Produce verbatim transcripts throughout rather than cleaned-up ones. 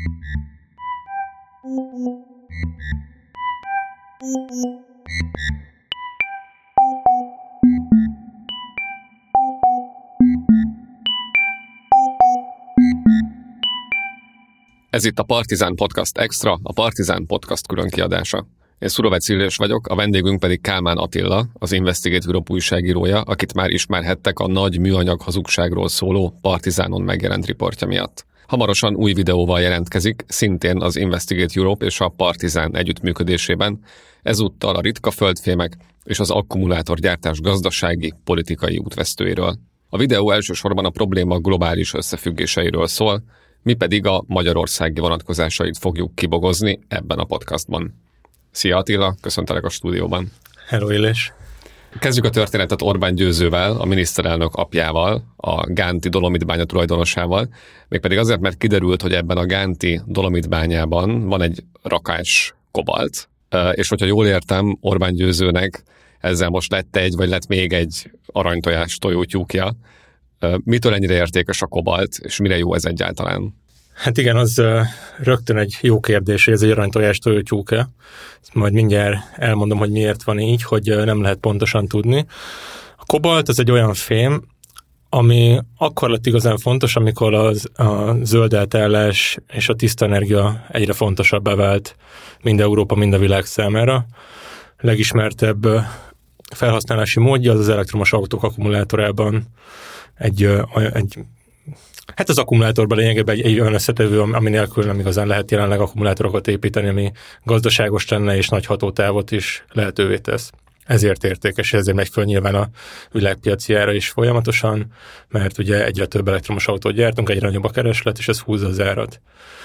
Ez itt a Partizán Podcast Extra, a Partizán Podcast külön kiadása. Én Szurovec Illés vagyok, a vendégünk pedig Kálmán Attila, az Investigate Europe újságírója, akit már ismerhettek a nagy műanyag hazugságról szóló Partizánon megjelent riportja miatt. Hamarosan új videóval jelentkezik, szintén az Investigate Europe és a Partizán együttműködésében, ezúttal a ritka földfémek és az akkumulátorgyártás gazdasági, politikai útvesztőiről. A videó elsősorban a probléma globális összefüggéseiről szól, mi pedig a magyarországi vonatkozásait fogjuk kibogozni ebben a podcastban. Szia Attila, köszöntelek a stúdióban. Hello Illés. Kezdjük a történetet Orbán Győzővel, a miniszterelnök apjával, a Gánti dolomitbánya tulajdonosával, mégpedig azért, mert kiderült, hogy ebben a Gánti dolomitbányában van egy rakás kobalt, és hogyha jól értem, Orbán Győzőnek ezzel most lett egy, vagy lett még egy aranytojás tojótyúkja. Mitől ennyire értékes a kobalt, és mire jó ez egyáltalán? Hát igen, az uh, rögtön egy jó kérdés, hogy ez egy aranytojás tojótyúk-e. Majd mindjárt elmondom, hogy miért van így, hogy uh, nem lehet pontosan tudni. A kobalt az egy olyan fém, ami akkor lett igazán fontos, amikor az, a zöld átállás és a tiszta energia egyre fontosabbá vált mind Európa, mind a világ számára. Legismertebb uh, felhasználási módja az az elektromos autók akkumulátorában egy, uh, egy Hát az akkumulátorban lényegében egy, egy olyan összetevő, ami nélkül nem igazán lehet jelenleg akkumulátorokat építeni, ami gazdaságos lenne és nagy hatótávot is lehetővé tesz. Ezért értékes, ezért megy föl nyilván a világpiaci ára is folyamatosan, mert ugye egyre több elektromos autót gyártunk, egyre nagyobb a kereslet, és ez húzza az árat.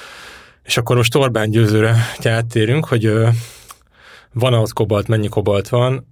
És akkor most Orbán Győzőre áttérünk, hogy van ahhoz kobalt, mennyi kobalt van.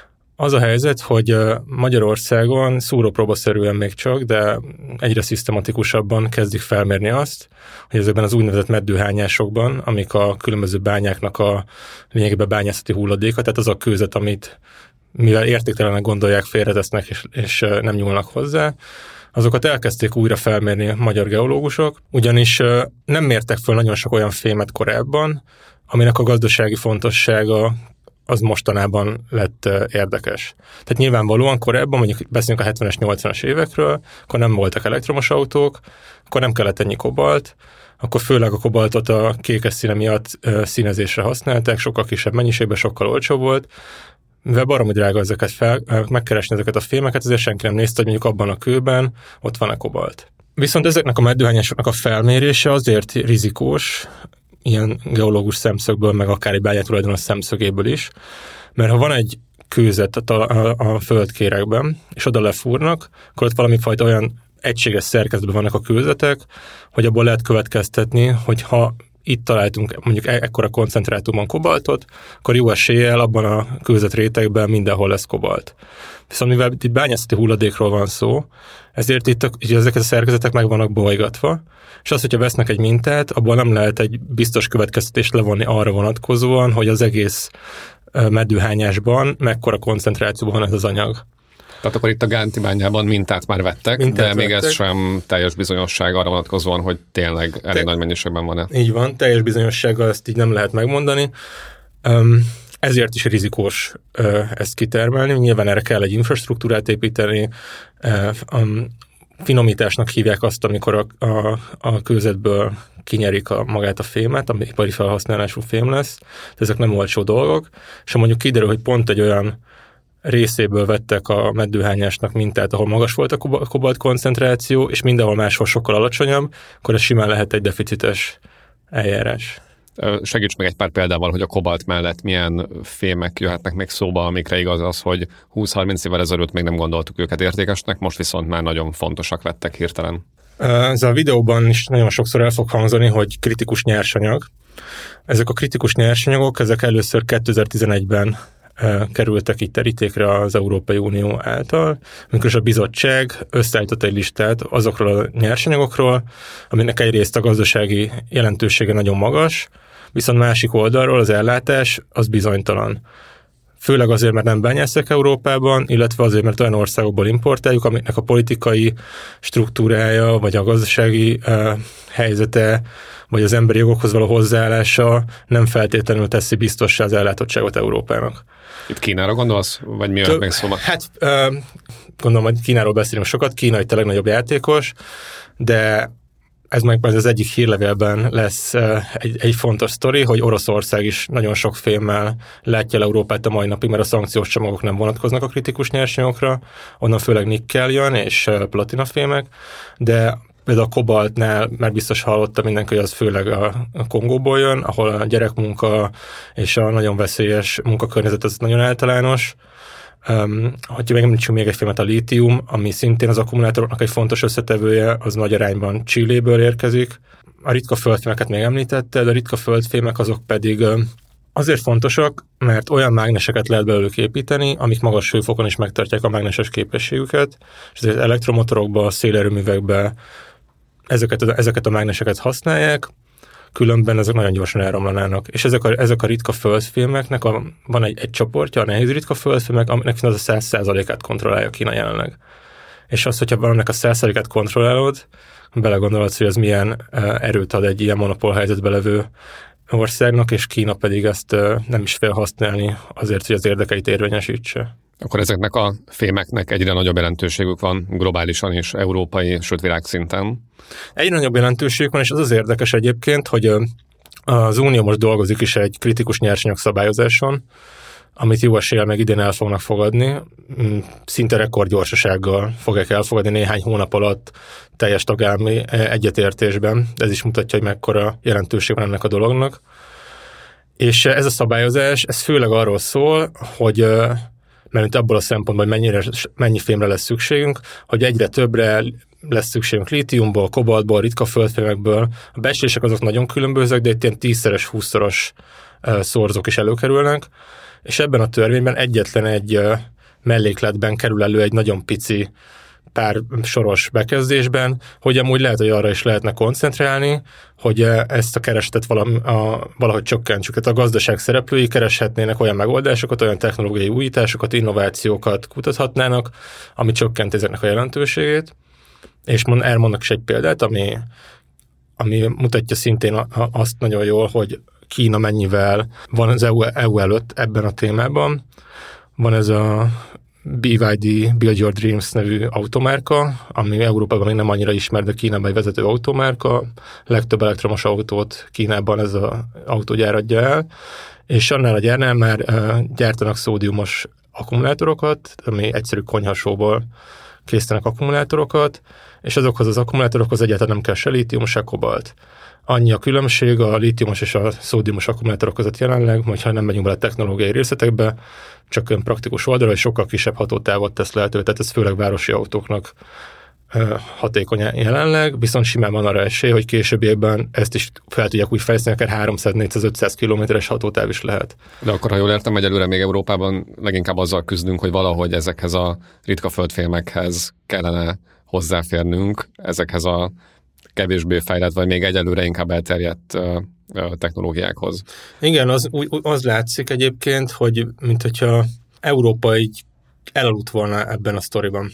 Az a helyzet, hogy Magyarországon szúrópróbaszerűen még csak, de egyre szisztematikusabban kezdik felmérni azt, hogy ezekben az úgynevezett meddőhányásokban, amik a különböző bányáknak a lényegében bányászati hulladéka, tehát az a kőzet, amit mivel értéktelenek gondolják, félretesznek és, és nem nyúlnak hozzá, azokat elkezdték újra felmérni a magyar geológusok, ugyanis nem mértek föl nagyon sok olyan fémet korábban, aminek a gazdasági fontossága az mostanában lett érdekes. Tehát nyilvánvalóan korábban, mondjuk beszélünk a hetvenes, nyolcvanas évekről, akkor nem voltak elektromos autók, akkor nem kellett ennyi kobalt, akkor főleg a kobaltot a kékes színe miatt színezésre használták, sokkal kisebb mennyiségben, sokkal olcsóbb volt, mivel baromi drága ezeket fel, megkeresni ezeket a fémeket, ezért senki nem nézte, hogy mondjuk abban a kőben ott van a kobalt. Viszont ezeknek a meddőhányásoknak a felmérése azért rizikós, ilyen geológus szemszögből, meg akár egy bányatulajdonos szemszögéből is, mert ha van egy kőzet a, a, a földkérekben, és oda lefúrnak, akkor ott valami fajta olyan egységes szerkezetben vannak a kőzetek, hogy abból lehet következtetni, hogy ha itt találtunk mondjuk ekkora koncentrátumban kobaltot, akkor jó eséllyel abban a kőzet rétegben mindenhol lesz kobalt. Viszont mivel itt bányászati hulladékról van szó, ezért itt a, ezek a szerkezetek meg vannak bolygatva, és az, hogyha vesznek egy mintát, abból nem lehet egy biztos következtetést levonni arra vonatkozóan, hogy az egész meddőhányásban mekkora koncentrációban van ez az anyag. Tehát akkor itt a Gánti bányában mintát már vettek, mintát de vettek. Még ez sem teljes bizonyosság arra vonatkozóan, hogy tényleg elég Te- nagy mennyiségben van-e. Így van, teljes bizonyossággal ezt így nem lehet megmondani. Um, ezért is rizikós uh, ezt kitermelni. Nyilván erre kell egy infrastruktúrát építeni. Uh, um, finomításnak hívják azt, amikor a, a, a kőzetből kinyerik a, magát a fémet, ami ipari felhasználású fém lesz. De ezek nem olcsó dolgok. És ha mondjuk kiderül, hogy pont egy olyan részéből vettek a meddőhányásnak mintát, ahol magas volt a kobalt koncentráció, és mindenhol máshol sokkal alacsonyabb, akkor ez simán lehet egy deficites eljárás. Segíts meg egy pár példával, hogy a kobalt mellett milyen fémek jöhetnek még szóba, amikre igaz az, hogy húsz-harminc évvel ezelőtt még nem gondoltuk őket értékesnek, most viszont már nagyon fontosak lettek hirtelen. Ez a videóban is nagyon sokszor el fog hangzani, hogy kritikus nyersanyag. Ezek a kritikus nyersanyagok, ezek először kétezer-tizenegyben kerültek itt terítékre az Európai Unió által, amikor a bizottság összeállított egy listát azokról a nyersanyagokról, aminek egyrészt a gazdasági jelentősége nagyon magas, viszont másik oldalról az ellátás az bizonytalan. főleg azért, mert nem bányászek Európában, illetve azért, mert olyan országokból importáljuk, amiknek a politikai struktúrája, vagy a gazdasági uh, helyzete, vagy az emberi jogokhoz való hozzáállása nem feltétlenül teszi biztossá az ellátottságot Európának. Itt Kínára gondolsz? Vagy mi olyan megszólva? Hát uh, gondolom, hogy Kínáról beszélünk sokat, Kína itt a legnagyobb játékos, de ez meg az egyik hírlevélben lesz egy, egy fontos sztori, hogy Oroszország is nagyon sok fémmel látja el Európát a mai napig, mert a szankciós csomagok nem vonatkoznak a kritikus nyersanyagokra, onnan főleg nikkel jön, és platinafémek, de például a kobaltnál már biztos hallotta mindenki, hogy az főleg a Kongóból jön, ahol a gyerekmunka és a nagyon veszélyes munkakörnyezet az nagyon általános. Um, hogyha megemlítsünk még egy filmet, a lítium, ami szintén az akkumulátoroknak egy fontos összetevője, az nagy arányban Chiléből érkezik. A ritka földfémeket még említette, de a ritka földfémek azok pedig um, azért fontosak, mert olyan mágneseket lehet belőlük építeni, amik magas hőfokon is megtartják a mágneses képességüket, és ezért elektromotorokba, szélerőművekbe ezeket, ezeket a mágneseket használják, különben ezek nagyon gyorsan elromlanának. És ezek a, ezek a ritka földfémeknek a, van egy, egy csoportja, a nehéz ritka földfémek, aminek az a száz százalékát kontrollálja Kína jelenleg. És az, hogyha valamnek a száz százalékát kontrollálod, belegondolhatsz, hogy az milyen erőt ad egy ilyen monopól helyzetbe levő országnak, és Kína pedig ezt nem is fél használni azért, hogy az érdekeit érvényesítse. Akkor ezeknek a fémeknek egyre nagyobb jelentőségük van globálisan is, európai, sőt világszinten. Egyre nagyobb jelentőségük van, és az az érdekes egyébként, hogy az Unió most dolgozik is egy kritikus nyersanyag szabályozáson, amit jó eséllyel meg idén el fognak fogadni. Szinte rekordgyorsasággal fogják elfogadni néhány hónap alatt teljes tagállami egyetértésben. Ez is mutatja, hogy mekkora jelentőség van ennek a dolognak. És ez a szabályozás, ez főleg arról szól, hogy mert abból a szempontból, hogy mennyire, mennyi fémre lesz szükségünk, hogy egyre többre lesz szükségünk lítiumból, kobaltból, ritka földfémekből. A becslések azok nagyon különbözőek, de itt ilyen tízszeres, húszszoros szorzók is előkerülnek, és ebben a törvényben egyetlen egy mellékletben kerül elő egy nagyon pici pár soros bekezdésben, hogy amúgy lehet, hogy arra is lehetne koncentrálni, hogy ezt a keresetet valami, a, valahogy csökkentsük. Tehát a gazdaság szereplői kereshetnének olyan megoldásokat, olyan technológiai újításokat, innovációkat kutathatnának, ami csökkent ezeknek a jelentőségét. És elmondnak is egy példát, ami, ami mutatja szintén azt nagyon jól, hogy Kína mennyivel van az é u, é u előtt ebben a témában. Van ez a bé vé dé, Build Your Dreams nevű automárka, ami Európában még nem annyira ismert, de Kínában egy vezető automárka. Legtöbb elektromos autót Kínában ez az autógyár adja el, és annál a gyárnál már gyártanak szódiumos akkumulátorokat, ami egyszerű konyhasóból készítenek akkumulátorokat, és azokhoz az akkumulátorokhoz egyáltalán nem kell se lítium, se kobalt. Annyi a különbség a lítiumos és a szódiumos akkumulátorok között jelenleg, hogyha nem megyünk bele a technológiai részletekbe, csak ön praktikus oldalra, és sokkal kisebb hatótávot tesz lehetővé, tehát ez főleg városi autóknak hatékony jelenleg, viszont simán van arra esély, hogy későbbiekben ezt is fel tudják úgy fejleszteni, akár háromszáz-négyszáz-ötszáz kilométeres hatótáv is lehet. De akkor, ha jól értem, egyelőre még Európában leginkább azzal küzdünk, hogy valahogy ezekhez a ritka földfémekhez kellene hozzáférnünk, ezekhez a kevésbé fejlett, vagy még egyelőre inkább elterjedt technológiákhoz. Igen, az, az látszik egyébként, hogy mint hogyha Európa így elaludt volna ebben a sztoriban.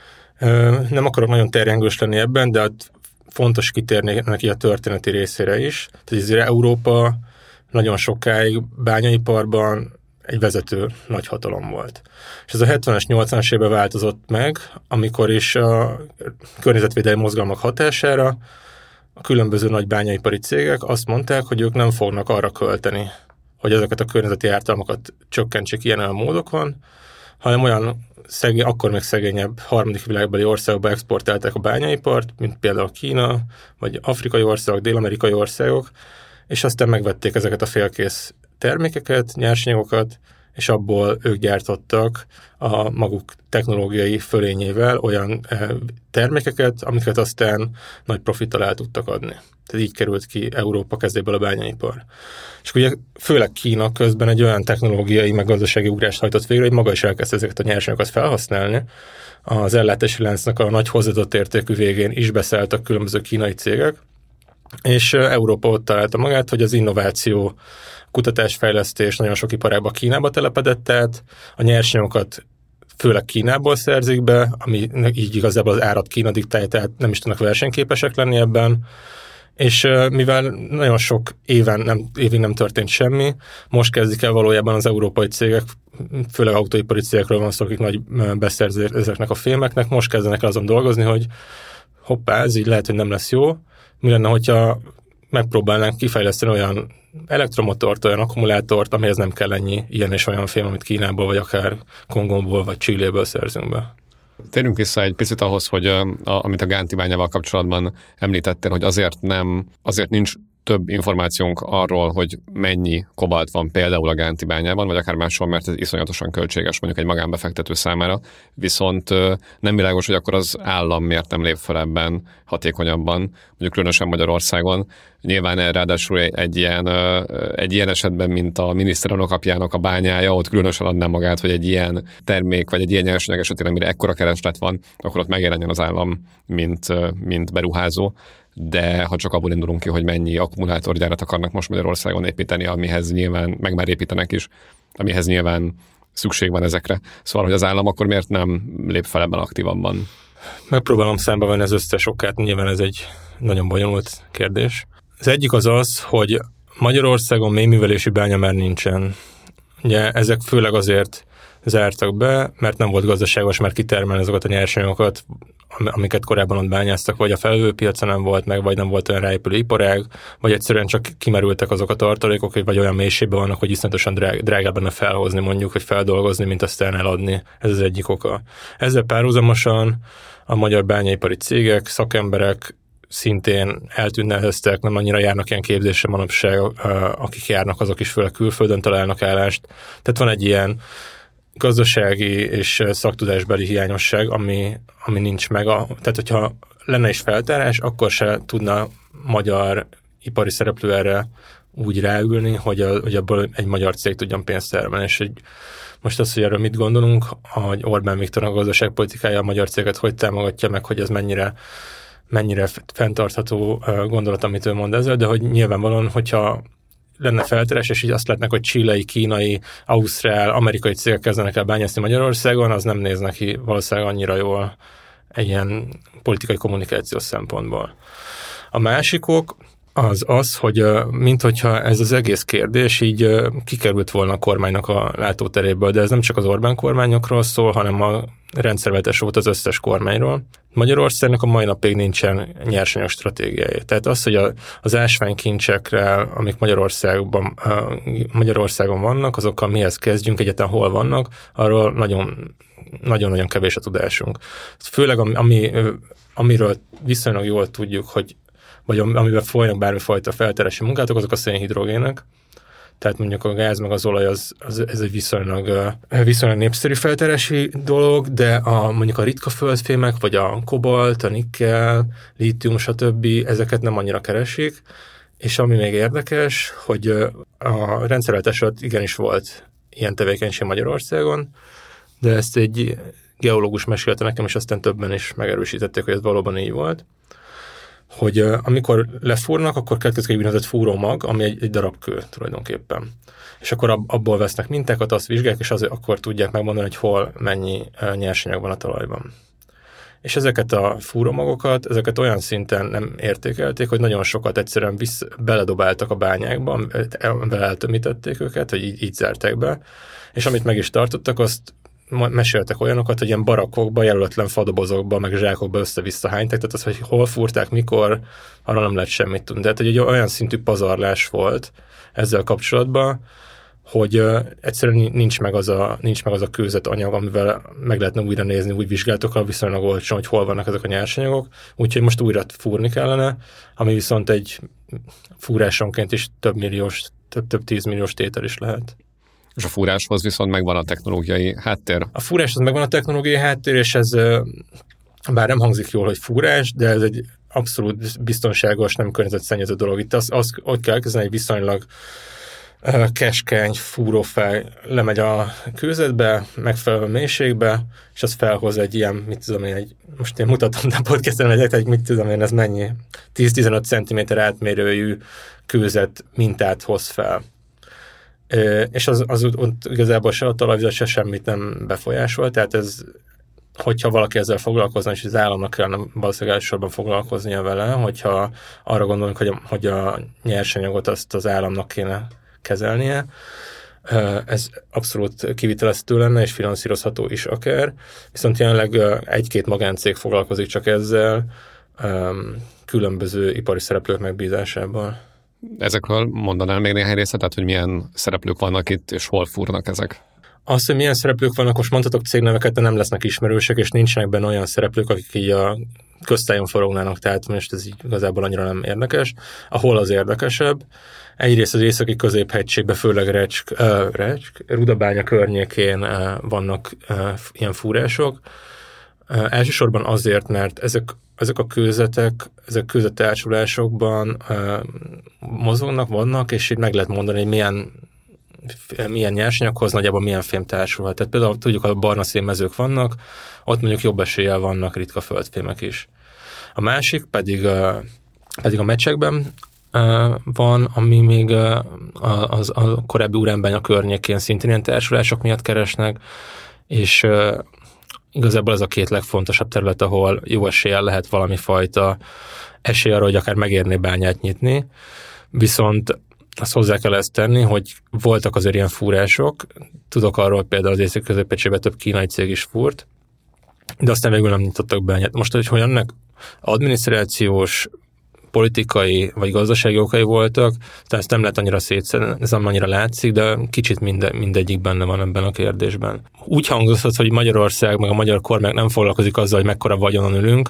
Nem akarok nagyon terjengős lenni ebben, de fontos kitérni neki a történeti részére is. Tehát azért Európa nagyon sokáig bányaiparban egy vezető nagy hatalom volt. És ez a hetvenes, nyolcvanas évben változott meg, amikor is a környezetvédelmi mozgalmak hatására a különböző nagy bányaipari cégek azt mondták, hogy ők nem fognak arra költeni, hogy ezeket a környezeti ártalmakat csökkentsék ilyen a módokon, hanem olyan szegény, akkor még szegényebb harmadik világbeli országokba exportálták a bányaipart, mint például Kína, vagy afrikai országok, dél-amerikai országok, és aztán megvették ezeket a félkész termékeket, nyersanyagokat, és abból ők gyártottak a maguk technológiai fölényével olyan termékeket, amiket aztán nagy profittal el tudtak adni. Tehát így került ki Európa kezéből a bányaipar. És ugye főleg Kína közben egy olyan technológiai, meg gazdasági ugrást hajtott végre, hogy maga is elkezdte ezeket a nyersanyagokat felhasználni. Az ellátási láncnak a nagy hozzáadott értékű végén is beszálltak különböző kínai cégek, és Európa ott találta magát, hogy az innováció kutatásfejlesztés nagyon sok iparágban Kínába telepedett át, a nyersanyagokat főleg Kínából szerzik be, ami így igazából az árat Kína diktálja, tehát nem is tudnak versenyképesek lenni ebben, és mivel nagyon sok éven nem, évig nem történt semmi, most kezdik el valójában az európai cégek, főleg autóipari cégekről van szó, akik nagy beszerző ezeknek a filmeknek, most kezdenek el azon dolgozni, hogy hoppá, ez így lehet, hogy nem lesz jó. Mi lenne, hogyha megpróbálnánk kifejleszteni olyan elektromotort, olyan akkumulátort, amihez nem kell ennyi ilyen és olyan film, amit Kínából, vagy akár Kongóból, vagy Chiléből szerzünk be. Térjünk vissza egy picit ahhoz, hogy a, amit a Gánti bányával kapcsolatban említettél, hogy azért nem, azért nincs több információnk arról, hogy mennyi kobalt van például a Gánti bányában, vagy akár máshol, mert ez iszonyatosan költséges mondjuk egy magánbefektető számára, viszont nem világos, hogy akkor az állam miért nem lép fel ebben hatékonyabban, mondjuk különösen Magyarországon. Nyilván ráadásul egy ilyen, egy ilyen esetben, mint a miniszterelnök apjának a bányája, ott különösen adná magát, hogy egy ilyen termék, vagy egy ilyen nyersanyag esetén, amire ekkora kereslet van, akkor ott megjelenjen az állam, mint, mint beruházó. De ha csak abból indulunk ki, hogy mennyi akkumulátorgyárat akarnak most Magyarországon építeni, amihez nyilván, meg már építenek is, amihez nyilván szükség van ezekre. Szóval, hogy az állam akkor miért nem lép fel ebben aktívabban? Megpróbálom számba venni az összes okát, nyilván ez egy nagyon bonyolult kérdés. Az egyik az az, hogy Magyarországon mélyművelési bánya már nincsen. Ugye ezek főleg azért zártak be, mert nem volt gazdaságos már kitermelni azokat a nyersanyagokat, amiket korábban ott bányáztak, vagy a felvevőpiaca nem volt meg, vagy nem volt olyan ráépülő iparág, vagy egyszerűen csak kimerültek azok a tartalékok, vagy olyan mélységben vannak, hogy iszonyatosan drág, drágább lenne felhozni mondjuk, hogy feldolgozni, mint aztán eladni. Ez az egyik oka. Ezzel párhuzamosan a magyar bányaipari cégek, szakemberek szintén eltűnelheztek, nem annyira járnak ilyen képzésre manapság, akik járnak, azok is főleg külföldön találnak állást. Tehát van egy ilyen gazdasági és szaktudásbeli hiányosság, ami, ami nincs meg. A, tehát, hogyha lenne is feltárás, akkor se tudna magyar ipari szereplő erre úgy ráülni, hogy, a, hogy abból egy magyar cég tudjon pénzt termelni. És egy, most az, hogy erről mit gondolunk, hogy Orbán Viktor a gazdaságpolitikája a magyar céget hogy támogatja meg, hogy ez mennyire, mennyire fenntartható gondolat, amit ő mond ezzel, de hogy nyilvánvalóan, hogyha lenne feltárás, és így azt látnak, hogy chilei, kínai, ausztrál, amerikai cégek kezdenek el bányászni Magyarországon, az nem néz neki valószínűleg annyira jól egy ilyen politikai kommunikációs szempontból. A másikok az az, hogy minthogyha ez az egész kérdés így kikerült volna a kormánynak a látóteréből, de ez nem csak az Orbán kormányokról szól, hanem a rendszerváltás volt az összes kormányról. Magyarországnak a mai napig nincsen nyersanyag stratégiája. Tehát az, hogy a, az ásványkincsekre, amik Magyarországban, Magyarországon vannak, azokkal mihez kezdjünk, egyáltalán hol vannak, arról nagyon, nagyon-nagyon kevés a tudásunk. Főleg ami, amiről viszonylag jól tudjuk, hogy vagy amiben folynak bármifajta feltárási munkátok, azok a szénhidrogének. Tehát mondjuk a gáz meg az olaj, az, az, ez egy viszonylag, viszonylag népszerű feltárási dolog, de a, mondjuk a ritka földfémek, vagy a kobalt, a nikkel, lítium, stb. Ezeket nem annyira keresik. És ami még érdekes, hogy a rendszerváltás alatt igenis volt ilyen tevékenység Magyarországon, de ezt egy geológus mesélte nekem, és aztán többen is megerősítették, hogy ez valóban így volt, hogy uh, amikor lefúrnak, akkor keletkezik egy úgynevezett fúrómag, ami egy, egy darab kő tulajdonképpen. És akkor ab, abból vesznek mintákat, azt vizsgálják, és azért akkor tudják megmondani, hogy hol mennyi uh, nyersanyag van a talajban. És ezeket a fúrómagokat, ezeket olyan szinten nem értékelték, hogy nagyon sokat egyszerűen visz, beledobáltak a bányákba, vele eltömítették őket, hogy így, így zárták be, és amit meg is tartottak, azt meséltek olyanokat, hogy ilyen barakkokba, jelöletlen fadobozokba, meg zsákokba össze-vissza hányták, tehát az, hogy hol fúrták, mikor, arra nem lehet semmit tudni. Tehát egy olyan szintű pazarlás volt ezzel kapcsolatban, hogy uh, egyszerűen nincs meg, az a, nincs meg az a kőzet anyag, amivel meg lehetne újra nézni, úgy vizsgálatokkal viszonylag olcsón, hogy hol vannak ezek a nyersanyagok, úgyhogy most újra fúrni kellene, ami viszont egy fúrásonként is több milliós, több, több tízmilliós tétel is lehet. És a fúráshoz viszont megvan a technológiai háttér. A fúráshoz megvan a technológiai háttér, és ez bár nem hangzik jól, hogy fúrás, de ez egy abszolút biztonságos, nem környezetszennyező dolog. Itt az, az ott kell elkezdeni, egy viszonylag keskeny fúrófej lemegy a kőzetbe, megfelelő mélységbe, és az felhoz egy ilyen, mit tudom én, egy, most én mutatom, de podcasten legyek, egy mit tudom én, ez mennyi? tíz-tizenöt centiméter átmérőjű kőzet mintát hoz fel. és az, az ott igazából se a talajvizet, se semmit nem befolyásol, tehát ez, hogyha valaki ezzel foglalkozna, és az államnak kellene valószínűleg elsősorban foglalkoznia vele, hogyha arra gondolunk, hogy a, hogy a nyersanyagot azt az államnak kéne kezelnie, ez abszolút kivitelezhető lenne, és finanszírozható is akár, viszont jelenleg egy-két magáncég foglalkozik csak ezzel, különböző ipari szereplők megbízásával. Ezekről mondanál még néhány részletet, hogy milyen szereplők vannak itt, és hol fúrnak ezek? Azt, hogy milyen szereplők vannak, most mondhatok cégneveket, de nem lesznek ismerősek, és nincsenek benne olyan szereplők, akik így a köztájon forognának, tehát most ez így igazából annyira nem érdekes. Ahol az érdekesebb, egyrészt az északi középhegységben, főleg Recsk, uh, Recsk, Rudabánya környékén uh, vannak uh, ilyen fúrások. Uh, elsősorban azért, mert ezek, ezek a kőzetek, ezek kőzettársulásokban uh, mozognak, vannak, és így meg lehet mondani, hogy milyen milyen nyersanyaghoz nagyjából milyen fém társulhat. Tehát például tudjuk, a barna szénmezők vannak, ott mondjuk jobb eséllyel vannak ritka földfémek is. A másik pedig, pedig a mecsekben van, ami még az, a korábbi uránbánya környékén szintén ilyen társulások miatt keresnek, és igazából ez a két legfontosabb terület, ahol jó eséllyel lehet valami fajta esély arra, hogy akár megérné bányát nyitni. Viszont azt hozzá kell ezt tenni, hogy voltak azért ilyen fúrások, tudok arról például az északi középegységben több kínai cég is fúrt, de aztán végül nem nyitottak bányát. Most, hogy, hogy ennek adminisztrációs, politikai vagy gazdasági okai voltak, tehát ezt nem lehet annyira szétszedni, ez nem annyira látszik, de kicsit minde, mindegyik benne van ebben a kérdésben. Úgy hangzott, hogy Magyarország meg a magyar kormány nem foglalkozik azzal, hogy mekkora vagyonon ülünk,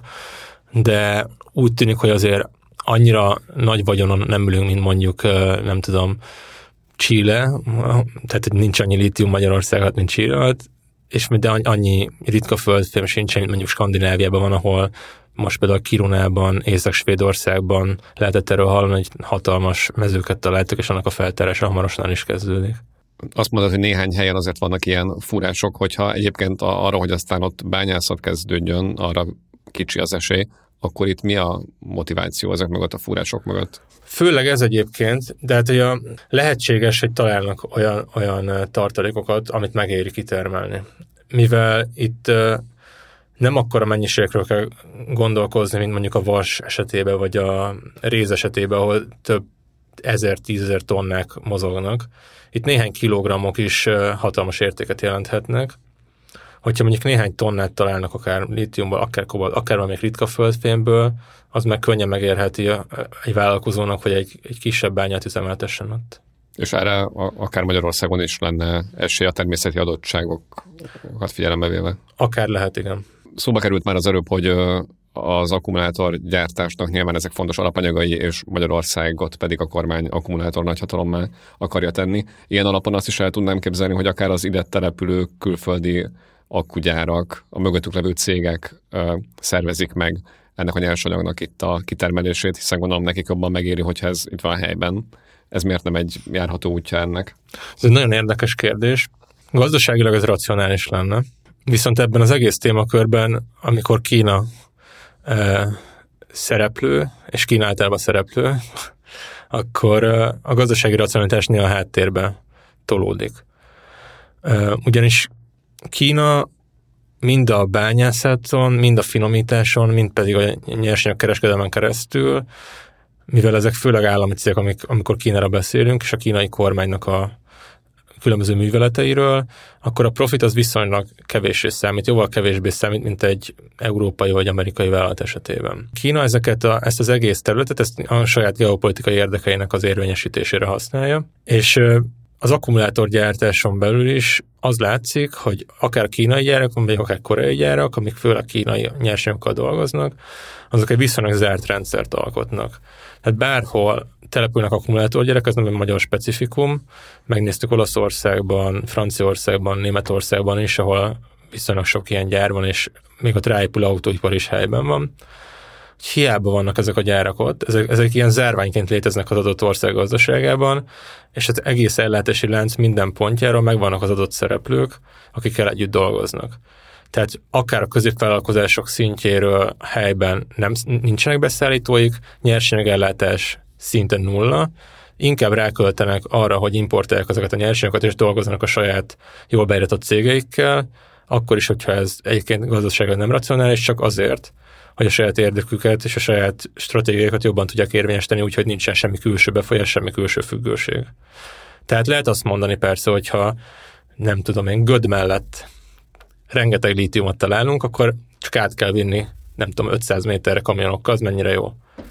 de úgy tűnik, hogy azért annyira nagy vagyonon nem ülünk, mint mondjuk, nem tudom, Chile, tehát nincs annyi lítium Magyarországot, mint Chile, és de annyi ritka földfém sincsen, mint mondjuk Skandináviában van, ahol most például Kirunában, Észak-Svédországban lehetett erről hallani, hogy hatalmas mezőket találtuk, és annak a feltárása hamarosan el is kezdődik. Azt mondod, hogy néhány helyen azért vannak ilyen fúrások, hogyha egyébként arra, hogy aztán ott bányászat kezdődjön, arra kicsi az esély, akkor itt mi a motiváció ezek mögött, a fúrások mögött? Főleg ez egyébként, de hát ugye lehetséges, hogy találnak olyan, olyan tartalékokat, amit megéri kitermelni. Mivel itt nem akkora mennyiségekről kell gondolkozni, mint mondjuk a vas esetében, vagy a réz esetében, ahol több ezer, tízezer tonnák mozognak. Itt néhány kilogrammok is hatalmas értéket jelenthetnek. Hogyha mondjuk néhány tonnát találnak akár lítiumból, akár kobalt, akár valamelyik ritka földfémből, az meg könnyen megérheti egy vállalkozónak, hogy egy, egy kisebb bányát üzemeltessen ott. És erre akár Magyarországon is lenne esély a természeti adottságokat figyelembe véve? Akár lehet, igen. Szóba került már az előbb, hogy az akkumulátorgyártásnak nyilván ezek fontos alapanyagai, és Magyarországot pedig a kormány akkumulátor nagyhatalommá akarja tenni. Ilyen alapon azt is el tudnám képzelni, hogy akár az ide települő külföldi akkugyárak, a mögöttük levő cégek ö, szervezik meg ennek a nyersanyagnak itt a kitermelését, hiszen gondolom nekik jobban megéri, hogyha ez itt van a helyben. Ez miért nem egy járható útja ennek? Ez egy nagyon érdekes kérdés. Gazdaságilag ez racionális lenne. Viszont ebben az egész témakörben, amikor Kína e, szereplő, és Kína általában szereplő, akkor e, a gazdasági racionalitás néha a háttérbe tolódik. E, ugyanis Kína mind a bányászaton, mind a finomításon, mind pedig a nyersanyagkereskedelmen keresztül, mivel ezek főleg állami cégek, amik, amikor Kínára beszélünk, és a kínai kormánynak a különböző műveleteiről, akkor a profit az viszonylag kevéssé számít, jóval kevésbé számít, mint egy európai vagy amerikai vállalat esetében. Kína ezeket a, ezt az egész területet ezt a saját geopolitikai érdekeinek az érvényesítésére használja, és az akkumulátorgyártáson belül is az látszik, hogy akár kínai gyárak, vagy akár koreai gyárak, amik főleg kínai nyersanyagokkal dolgoznak, azok egy viszonylag zárt rendszert alkotnak. Tehát bárhol települnek akkumulátorgyárak, ez nem egy magyar specifikum. Megnéztük Olaszországban, Franciaországban, Németországban is, ahol viszonylag sok ilyen gyár van, és még ott ráépülő autóipar is helyben van. Hiába vannak ezek a gyárak ott, ezek, ezek ilyen zárványként léteznek az adott ország gazdaságában, és az egész ellátási lánc minden pontjáról megvannak az adott szereplők, akikkel együtt dolgoznak. Tehát akár a középvállalkozások szintjéről helyben nem, nincsenek beszállítóik, nyersanyagellátás szinte nulla, inkább ráköltenek arra, hogy importálják ezeket a nyersanyagokat, és dolgoznak a saját jól beállított cégeikkel, akkor is, hogyha ez egyébként gazdaságilag nem racionális, csak azért, hogy a saját érdeküket és a saját stratégiákat jobban tudják érvényesíteni, úgyhogy nincsen semmi külső befolyás, semmi külső függőség. Tehát lehet azt mondani persze, hogyha nem tudom én, Göd mellett rengeteg lítiumot találunk, akkor csak át kell vinni, nem tudom, ötszáz méterre kamionokkal, az mennyire jó.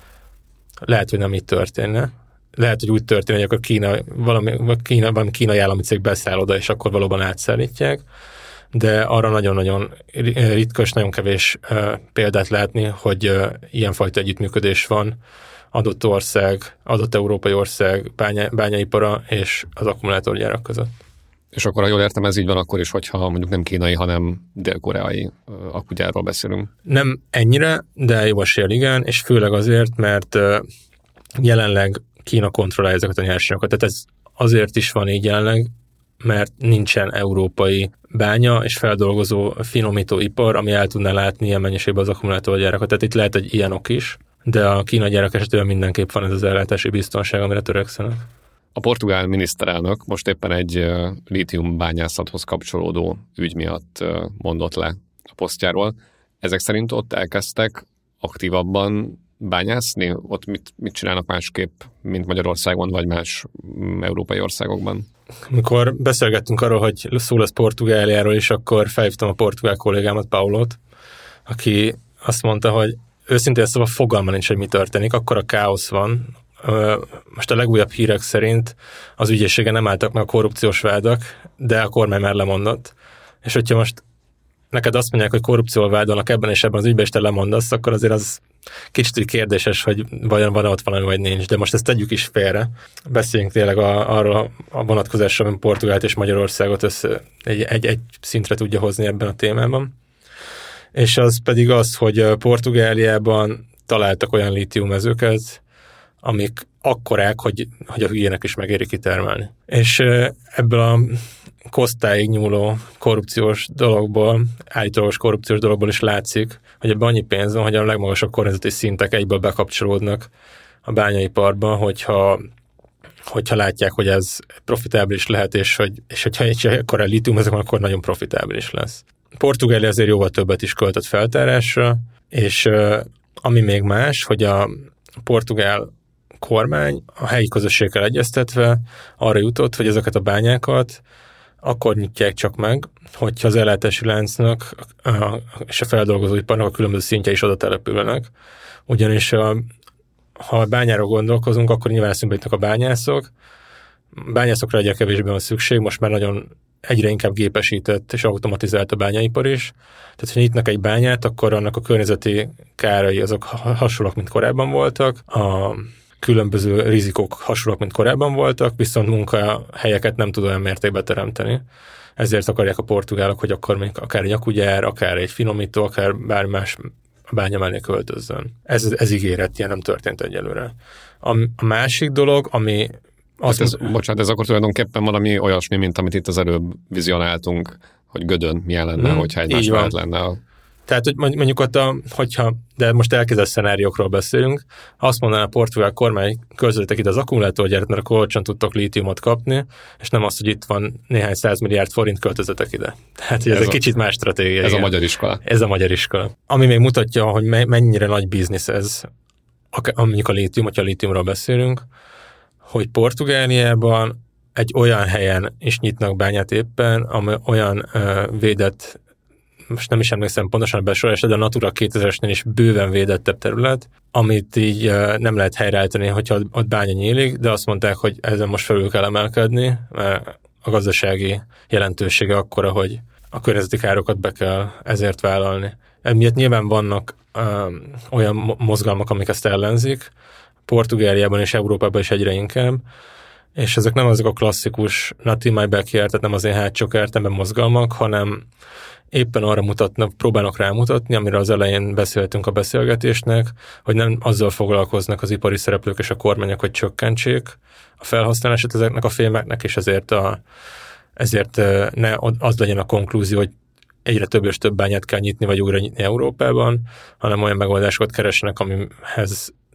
Lehet, hogy nem így történne. Lehet, hogy úgy történik, hogy akkor Kína, valami, Kína, valami kínai állami cég beszáll oda, és akkor valóban átszállítják, de arra nagyon-nagyon ritka és nagyon kevés uh, példát látni, hogy uh, ilyenfajta együttműködés van adott ország, adott európai ország bánya, bányaipara és az akkumulátorgyárak között. És akkor, ha jól értem, ez így van akkor is, hogyha mondjuk nem kínai, hanem dél-koreai uh, akkugyárról beszélünk. Nem ennyire, de jó esél igen, és főleg azért, mert uh, jelenleg Kína kontrollálja ezeket a nyersanyagokat. Tehát ez azért is van így jelenleg, mert nincsen európai bánya és feldolgozó finomító ipar, ami el tudná látni ilyen mennyiségben az akkumulátorgyárakat. Tehát itt lehet egy ilyen ok is, de a kínai gyárak esetében mindenképp van ez az ellátási biztonság, amire törekszenek. A portugál miniszterelnök most éppen egy uh, lítiumbányászathoz kapcsolódó ügy miatt uh, mondott le a posztjáról. Ezek szerint ott elkezdtek aktívabban bányászni? Ott mit, mit csinálnak másképp, mint Magyarországon, vagy más um, európai országokban? Amikor beszélgettünk arról, hogy szó lesz Portugáliáról is, akkor felhívtam a portugál kollégámat, Paulot, aki azt mondta, hogy őszintén szóval fogalma nincs, hogy mi történik, akkor a káosz van. Most a legújabb hírek szerint az ügyészségen nem álltak meg a korrupciós vádak, de a kormány már lemondott. És hogyha most neked azt mondják, hogy korrupcióval vádolnak ebben és ebben az ügyben, és te lemondasz, akkor azért az kicsit kérdéses, hogy vajon van ott valami, vagy nincs. De most ezt tegyük is félre. Beszéljünk tényleg a, arra a vonatkozásra, hogy Portugált és Magyarországot össze egy, egy, egy szintre tudja hozni ebben a témában. És az pedig az, hogy Portugáliában találtak olyan lítiummezőket, amik akkorák, hogy, hogy a hülyének is megéri kitermelni. És ebből a kosztáig nyúló korrupciós dologból, állítólagos korrupciós dologból is látszik, hogy ebben annyi pénz van, hogy a legmagasabb kormányzati szintek egyből bekapcsolódnak a bányaiparba, hogyha, hogyha látják, hogy ez profitábilis lehet, és, hogy, és hogyha akkor a lítium, ezek akkor nagyon profitábilis lesz. Portugália azért jóval többet is költött feltárásra, és ami még más, hogy a portugál kormány a helyi közösséggel egyeztetve arra jutott, hogy ezeket a bányákat akkor nyitják csak meg, hogyha az ellátási láncnak és a feldolgozóiparnak a különböző szintje is oda települnek. Ugyanis a, ha a bányáról gondolkozunk, akkor nyilván eszünkbe jutnak a bányászok. Bányászokra egyre kevésbé van szükség, most már nagyon egyre inkább gépesített és automatizált a bányaipar is. Tehát, ha nyitnak egy bányát, akkor annak a környezeti kárai azok hasonlók, mint korábban voltak. A különböző rizikók hasonlók, mint korábban voltak, viszont munkahelyeket nem tud olyan mértékben teremteni. Ezért akarják a portugálok, hogy akkor még akár egy akkugyár, akár egy finomító, akár bármi más bánya mellé költözzön. Ez, ez ígéret, ilyen nem történt egyelőre. A, a másik dolog, ami azt ez, mond... Bocsánat, ez akkor tulajdonképpen valami olyasmi, mint amit itt az előbb vizionáltunk, hogy Gödön milyen lenne, hmm, hogyha egymás mellett lenne a... Tehát, hogy mondjuk ott a, hogyha, de most elkezdett szenáriókról beszélünk, azt mondaná a portugál kormány, költözzetek ide az akkumulátorgyárat, mert akkor olcsón tudtok lítiumot kapni, és nem az, hogy itt van néhány száz milliárd forint, költözzetek ide. Tehát, hogy ez, ez egy a, kicsit más stratégia. Ez igen. a magyar iskola. Ez a magyar iskola. Ami még mutatja, hogy mennyire nagy biznisz ez, mondjuk a lítium, hogyha a lítiumról beszélünk, hogy Portugáliában egy olyan helyen is nyitnak bányát éppen, ami olyan uh, védett, most nem is emlékszem pontosan a besorolás, de a Natura kétezresnél is bőven védettebb terület, amit így uh, nem lehet helyreállítani, hogyha ott bánya nyílik, de azt mondták, hogy ezen most felül kell emelkedni, mert a gazdasági jelentősége akkora, hogy a környezeti károkat be kell ezért vállalni. Emiatt nyilván vannak uh, olyan mozgalmak, amik ezt ellenzik, Portugáliában és Európában is egyre inkább, és ezek nem azok a klasszikus not in my backyard, tehát nem az én hátsó kertemben mozgalmak, hanem éppen arra mutatnak, próbálnak rámutatni, amire az elején beszéltünk a beszélgetésnek, hogy nem azzal foglalkoznak az ipari szereplők és a kormányok, hogy csökkentsék a felhasználását ezeknek a fémeknek, és ezért, a, ezért ne az legyen a konklúzió, hogy egyre több és több bányát kell nyitni, vagy újra nyitni Európában, hanem olyan megoldásokat keresnek, amihez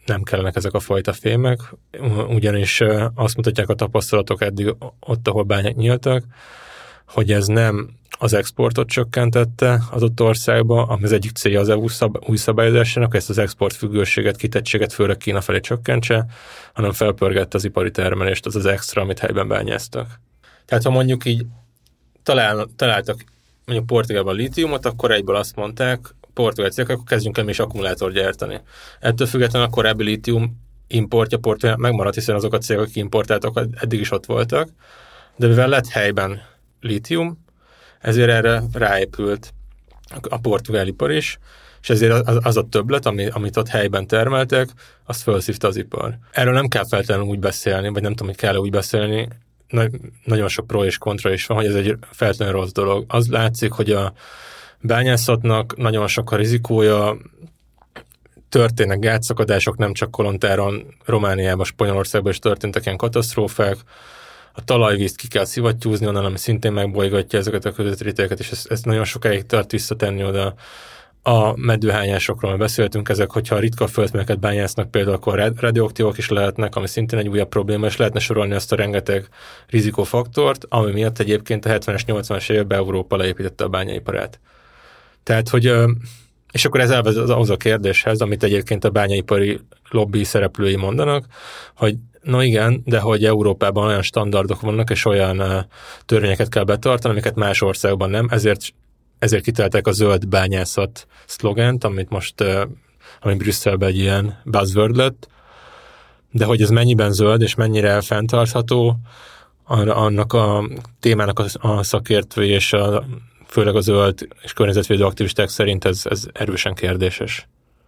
nem kellenek ezek a fajta fémek, ugyanis azt mutatják a tapasztalatok eddig ott, ahol bányák nyíltak, hogy ez nem az exportot csökkentette az ott országba, ami az egyik célja az é u szab- új szabályozásának, ezt az export függőséget, kitettséget főleg Kína felé csökkentse, hanem felpörgette az ipari termelést, az az extra, amit helyben bányáztak. Tehát ha mondjuk így talál, találtak mondjuk Portugálban lítiumot, akkor egyből azt mondták, portugál cégek, akkor kezdjünk el mi is akkumulátort gyártani. Ettől függetlenül a korábbi lítium importja Portugál megmaradt, hiszen azok a cégek, akik importáltak, eddig is ott voltak, de mivel lett helyben lítium, ezért erre ráépült a portugál ipar is, és ezért az, az a többlet, ami, amit ott helyben termeltek, azt felszívta az ipar. Erről nem kell feltétlenül úgy beszélni, vagy nem tudom, hogy kell úgy beszélni, Na, nagyon sok pro és kontra is van, hogy ez egy feltétlenül rossz dolog. Az látszik, hogy a bányászatnak nagyon sok a rizikója, történnek gátszakadások, nem csak Kolontáron, Romániában, Spanyolországban is történtek ilyen katasztrófák, a talajvízt ki kell szivattyúzni onnan, ami szintén megbolygatja ezeket a közvetítőket, és ezt, ezt nagyon sokáig tart visszatenni oda. A medőhányásokról beszéltünk, ezek, hogyha a ritka földműveket bányásznak, például akkor radioaktívak is lehetnek, ami szintén egy újabb probléma, és lehetne sorolni azt a rengeteg rizikófaktort, ami miatt egyébként a hetvenes, nyolcvanas években Európa leépítette a bányaiparát. Tehát, hogy, és akkor ez elvezet az a kérdéshez, amit egyébként a bányaipari lobby szereplői mondanak, hogy no igen, de hogy Európában olyan standardok vannak, és olyan törvényeket kell betartani, amiket más országban nem, ezért Ezért kitalálták a zöld bányászat szlogent, amit most, ami Brüsszelben egy ilyen buzzword lett, de hogy ez mennyiben zöld és mennyire fenntartható, annak a témának a, a szakértői és a, főleg a zöld és környezetvédő aktivisták szerint ez, ez erősen kérdéses.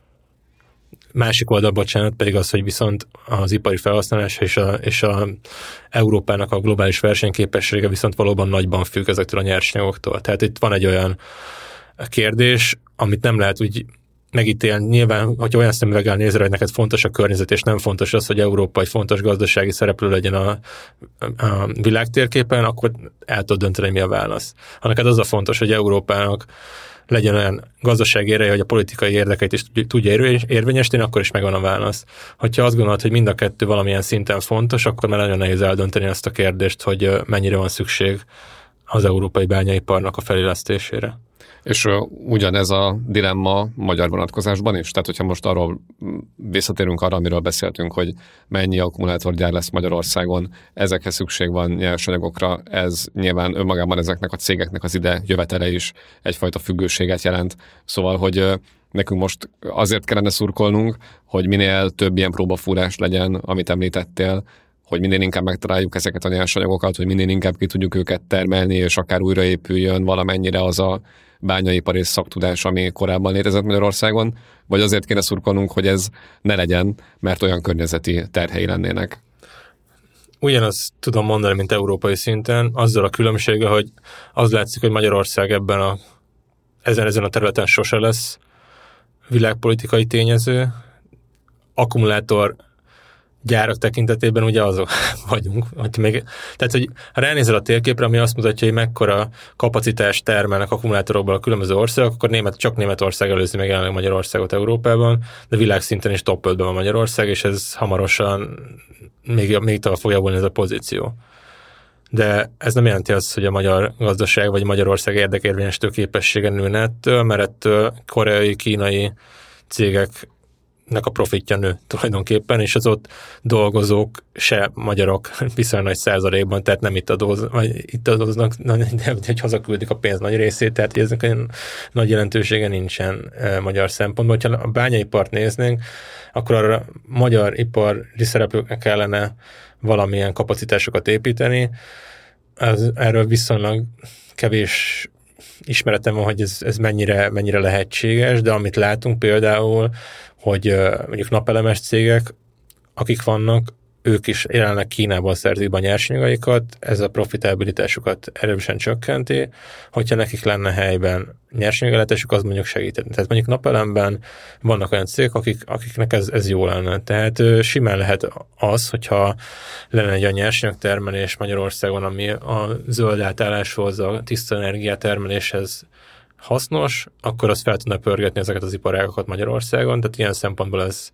Másik oldal, bocsánat, pedig az, hogy viszont az ipari felhasználás és a, és a Európának a globális versenyképessége viszont valóban nagyban függ ezektől a nyersanyagoktól. Tehát itt van egy olyan kérdés, amit nem lehet úgy megítélni. Nyilván, hogyha olyan szemüveggel nézel, hogy neked fontos a környezet, és nem fontos az, hogy Európa egy fontos gazdasági szereplő legyen a, a világtérképen, akkor el tudod dönteni, mi a válasz. Ha neked az a fontos, hogy Európának legyen olyan gazdasági ereje, hogy a politikai érdekeit is tudja érvényesíteni, akkor is megvan a válasz. Hogyha azt gondolod, hogy mind a kettő valamilyen szinten fontos, akkor már nagyon nehéz eldönteni azt a kérdést, hogy mennyire van szükség az európai bányaiparnak a felélesztésére. És uh, ugyanez a dilemma magyar vonatkozásban is? Tehát, hogyha most arról visszatérünk arra, amiről beszéltünk, hogy mennyi akkumulátorgyár lesz Magyarországon, ezekhez szükség van nyersanyagokra, ez nyilván önmagában ezeknek a cégeknek az ide jövetele is egyfajta függőséget jelent. Szóval, hogy uh, nekünk most azért kellene szurkolnunk, hogy minél több ilyen próbafúrás legyen, amit említettél, hogy minél inkább megtaláljuk ezeket a nyersanyagokat, hogy minél inkább ki tudjuk őket termelni, és akár újraépüljön valamennyire az a bányaipar és szaktudás, ami korábban létezett Magyarországon, vagy azért kéne szurkolnunk, hogy ez ne legyen, mert olyan környezeti terhei lennének. Ugyanazt tudom mondani, mint európai szinten, azzal a különbsége, hogy az látszik, hogy Magyarország ebben a, ezen, ezen a területen sose lesz világpolitikai tényező, akkumulátor gyárak tekintetében ugye azok vagyunk. Hogy még, tehát, hogy ha ránézel a térképre, ami azt mutatja, hogy mekkora kapacitást termelnek akkumulátorokból a különböző országok, akkor Német, csak Németország előzi meg jelenleg Magyarországot Európában, de világszinten is top ötben van Magyarország, és ez hamarosan még, még tovább fog javulni ez a pozíció. De ez nem jelenti azt, hogy a magyar gazdaság vagy Magyarország érdekérvényesítő képessége nőne ettől, mert ettől koreai, kínai cégek nek a profitja nő tulajdonképpen, és az ott dolgozók se magyarok viszonylag nagy százalékban, tehát nem itt, adóz, vagy itt adóznak, de hogy hazaküldik a pénz nagy részét, tehát eznek nagy jelentősége nincsen e, magyar szempontból. Ha a bányaipart néznénk, akkor a magyar ipari szereplőknek kellene valamilyen kapacitásokat építeni. Ez, erről viszonylag kevés ismeretem van, hogy ez, ez mennyire, mennyire lehetséges, de amit látunk például, hogy mondjuk napelemes cégek, akik vannak, ők is jelenleg Kínában szerzik be a nyersanyagaikat, ez a profitabilitásukat erősen csökkenti, hogyha nekik lenne helyben nyersanyagellátásuk, az mondjuk segíteni. Tehát mondjuk napelemben vannak olyan cégek, akik, akiknek ez, ez jó lenne. Tehát simán lehet az, hogyha lenne egy olyan nyersanyagtermelés Magyarországon, ami a zöld átálláshoz, a tiszta energiatermeléshez hasznos, akkor az fel tudna pörgetni ezeket az iparágokat Magyarországon, tehát ilyen szempontból ez,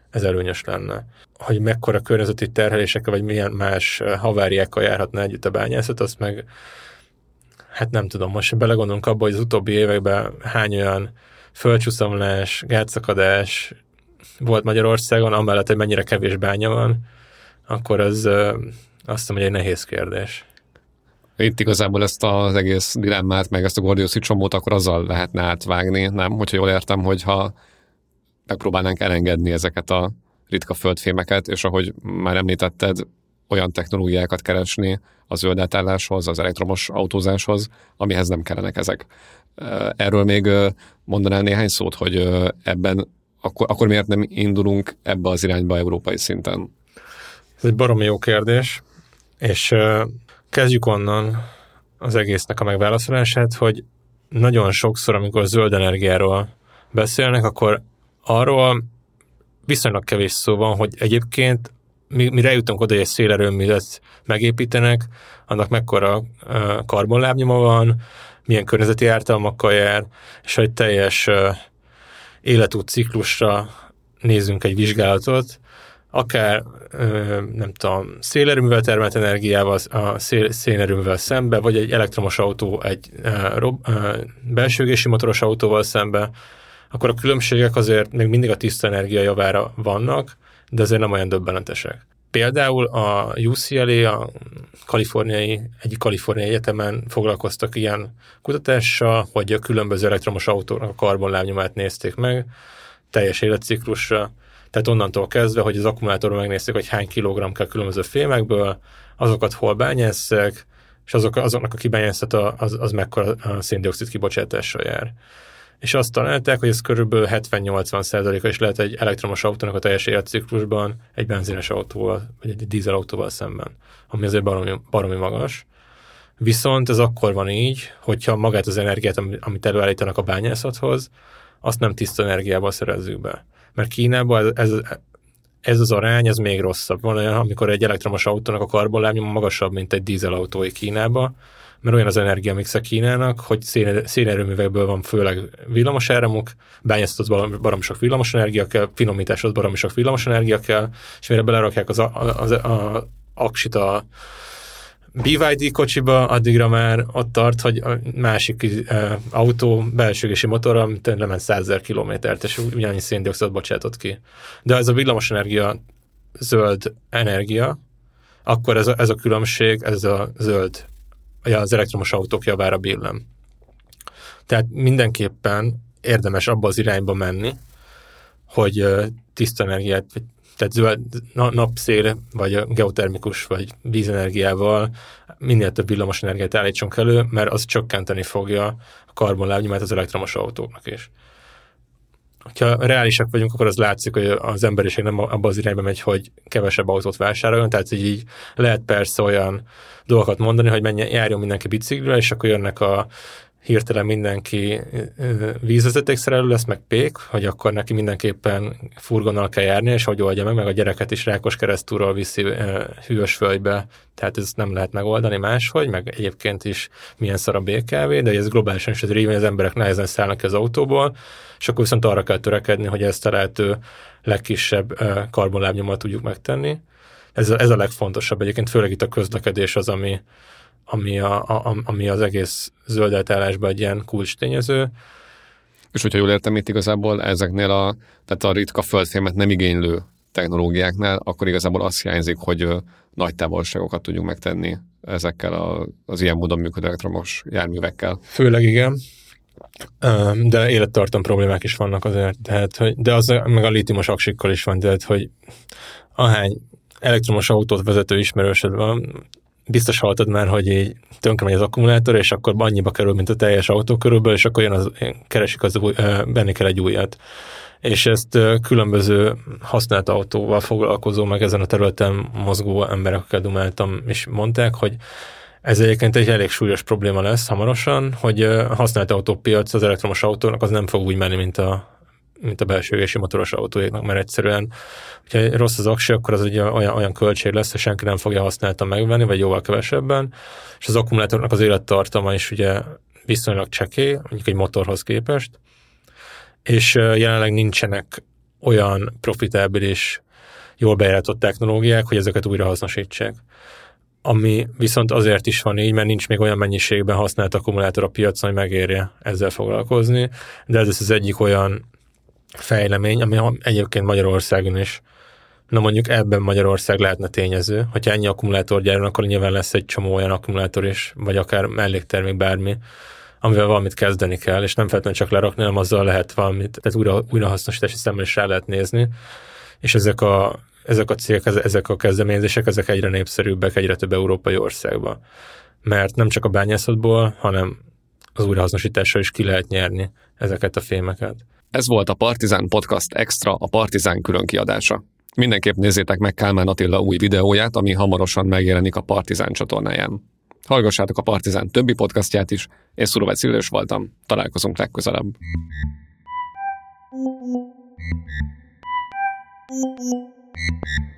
ez előnyös lenne. Hogy mekkora környezeti terhelésekkel, vagy milyen más haváriákkal járhatna együtt a bányászat, azt meg hát nem tudom, most belegondolunk abba, hogy az utóbbi években hány olyan földcsúszamlás, gátszakadás volt Magyarországon, amellett, hogy mennyire kevés bánya van, akkor az azt hiszem, hogy egy nehéz kérdés. Itt igazából ezt az egész dilemmát, meg ezt a gordiuszi csomót akkor azzal lehetne átvágni, nem? Hogyha jól értem, hogyha megpróbálnánk elengedni ezeket a ritka földfémeket, és ahogy már említetted, olyan technológiákat keresni a zöld átálláshoz, az elektromos autózáshoz, amihez nem kellenek ezek. Erről még mondanál néhány szót, hogy ebben akkor, akkor miért nem indulunk ebbe az irányba európai szinten? Ez egy baromi jó kérdés, és kezdjük onnan az egésznek a megválaszolását, hogy nagyon sokszor, amikor zöld energiáról beszélnek, akkor arról viszonylag kevés szó van, hogy egyébként mi, mire jutunk oda, hogy egy szélerőművet megépítenek, annak mekkora karbonlábnyoma van, milyen környezeti ártalmakkal jár, és hogy teljes életút ciklusra nézzünk egy vizsgálatot, akár nem tudom, szélerőművel termelt energiával a szél, szélerőművel szembe, vagy egy elektromos autó egy belső égési motoros autóval szembe, akkor a különbségek azért még mindig a tiszta energia javára vannak, de azért nem olyan döbbenetesek. Például a U C L A, a kaliforniai, egyik kaliforniai egyetemen foglalkoztak ilyen kutatással, hogy a különböző elektromos autóknak a karbonlábnyomát nézték meg, teljes életciklusra, tehát onnantól kezdve, hogy az akkumulátorban megnézték, hogy hány kilogramm kell különböző fémekből, azokat hol bányásszák, és azok, azoknak a kibányászata az, az mekkora a széndioxid kibocsátással jár. És azt találták, hogy ez körülbelül hetven-nyolcvan százaléka is lehet egy elektromos autónak a teljes életciklusban egy benzines autóval, vagy egy dízel autóval szemben, ami azért baromi, baromi magas. Viszont ez akkor van így, hogyha magát az energiát, amit előállítanak a bányászathoz, azt nem tiszta energiával szerezzük be. Mert Kínában ez, ez, ez az arány, ez még rosszabb. Van olyan, amikor egy elektromos autónak a karbonlábnyoma magasabb, mint egy dízel autói Kínában, mert olyan az energiamixe Kínának, hogy szénerőművekből van főleg villamosáramuk, bányászathoz baromi sok villamosenergia kell, finomításhoz baromi sok villamosenergia kell, és mire belerakják az, az, az a aksit a bé vé dé kocsiba, addigra már ott tart, hogy a másik uh, autó belsőgési motorra, mint lement százezer kilométert, és ugyanannyi széndioxidot bocsátott ki. De ez a villamosenergia zöld energia, akkor ez a, ez a különbség, ez a zöld, az elektromos autók javára billen. Tehát mindenképpen érdemes abba az irányba menni, hogy uh, tiszta energiát, tehát zöld, napszél, vagy geotermikus, vagy vízenergiával minél több villamos energiát állítsunk elő, mert az csökkenteni fogja a karbonlábnyomát az elektromos autóknak is. Ha reálisak vagyunk, akkor az látszik, hogy az emberiség nem abba az irányba megy, hogy kevesebb autót vásároljon, tehát így, így lehet persze olyan dolgokat mondani, hogy menjen, járjon mindenki biciklivel, és akkor jönnek a hirtelen mindenki vízvezetékszerelő lesz, meg pék, hogy akkor neki mindenképpen furgonnal kell járni, és hogy oldja meg, meg a gyereket is Rákoskeresztúról viszi Hűvösvölgybe, tehát ez nem lehet megoldani máshogy, meg egyébként is milyen szar a bé ká vé, de ez globálisan is az így, hogy az emberek nehezen szállnak ki az autóból, és akkor viszont arra kell törekedni, hogy ezt a lehető legkisebb karbonlábnyommal tudjuk megtenni. Ez a, ez a legfontosabb egyébként, főleg itt a közlekedés az, ami Ami, a, a, ami az egész zöld átállásban egy ilyen kulcstényező. És hogyha jól értem, itt igazából ezeknél a, tehát a ritka földfémet nem igénylő technológiáknál, akkor igazából azt hiányzik, hogy ö, nagy távolságokat tudjunk megtenni ezekkel a, az ilyen módon működő elektromos járművekkel. Főleg igen, de élettartam problémák is vannak azért, tehát, hogy, de az meg a lítiumos aksikkal is van, tehát hogy ahány elektromos autót vezető ismerősöd van, biztos hallottad már, hogy így tönkre megy az akkumulátor, és akkor annyiba kerül, mint a teljes autó körülbelül, és akkor jön az, keresik az új, venni kell egy újat. És ezt különböző használt autóval foglalkozó, meg ezen a területen mozgó emberekkel dumáltam, és mondták, hogy ez egyébként egy elég súlyos probléma lesz hamarosan, hogy a használt autópiac az elektromos autónak az nem fog úgy menni, mint a mint a belső égési motoros autóéknak, mert egyszerűen, hogyha rossz az aksi, akkor az egy olyan, olyan költség lesz, hogy senki nem fogja használtan megvenni, vagy jóval kevesebben, és az akkumulátornak az élettartama is ugye viszonylag csekély, mondjuk egy motorhoz képest, és jelenleg nincsenek olyan profitábilis, jól bejáratott technológiák, hogy ezeket újra hasznosítsák. Ami viszont azért is van így, mert nincs még olyan mennyiségben használt akkumulátor a piacon, hogy megérje ezzel foglalkozni, de ez az egyik olyan fejlemény, ami egyébként Magyarországon is, na mondjuk ebben Magyarország lehetne tényező, hogyha ennyi akkumulátor gyárul, akkor nyilván lesz egy csomó olyan akkumulátor is, vagy akár melléktermék, bármi, amivel valamit kezdeni kell, és nem feltétlenül csak lerakni, hanem azzal lehet valamit, tehát újra, újrahasznosítási szemmel is rá lehet nézni, és ezek a, ezek a cégek, ezek a kezdeményezések, ezek egyre népszerűbbek, egyre több európai országban. Mert nem csak a bányászatból, hanem az újrahasznosítással is ki lehet nyerni ezeket a fémeket. Ez volt a Partizán Podcast Extra, a Partizán külön kiadása. Mindenképp nézzétek meg Kálmán Attila új videóját, ami hamarosan megjelenik a Partizán csatornáján. Hallgassátok a Partizán többi podcastját is, én Szurovec Illés voltam, találkozunk legközelebb. Thank you.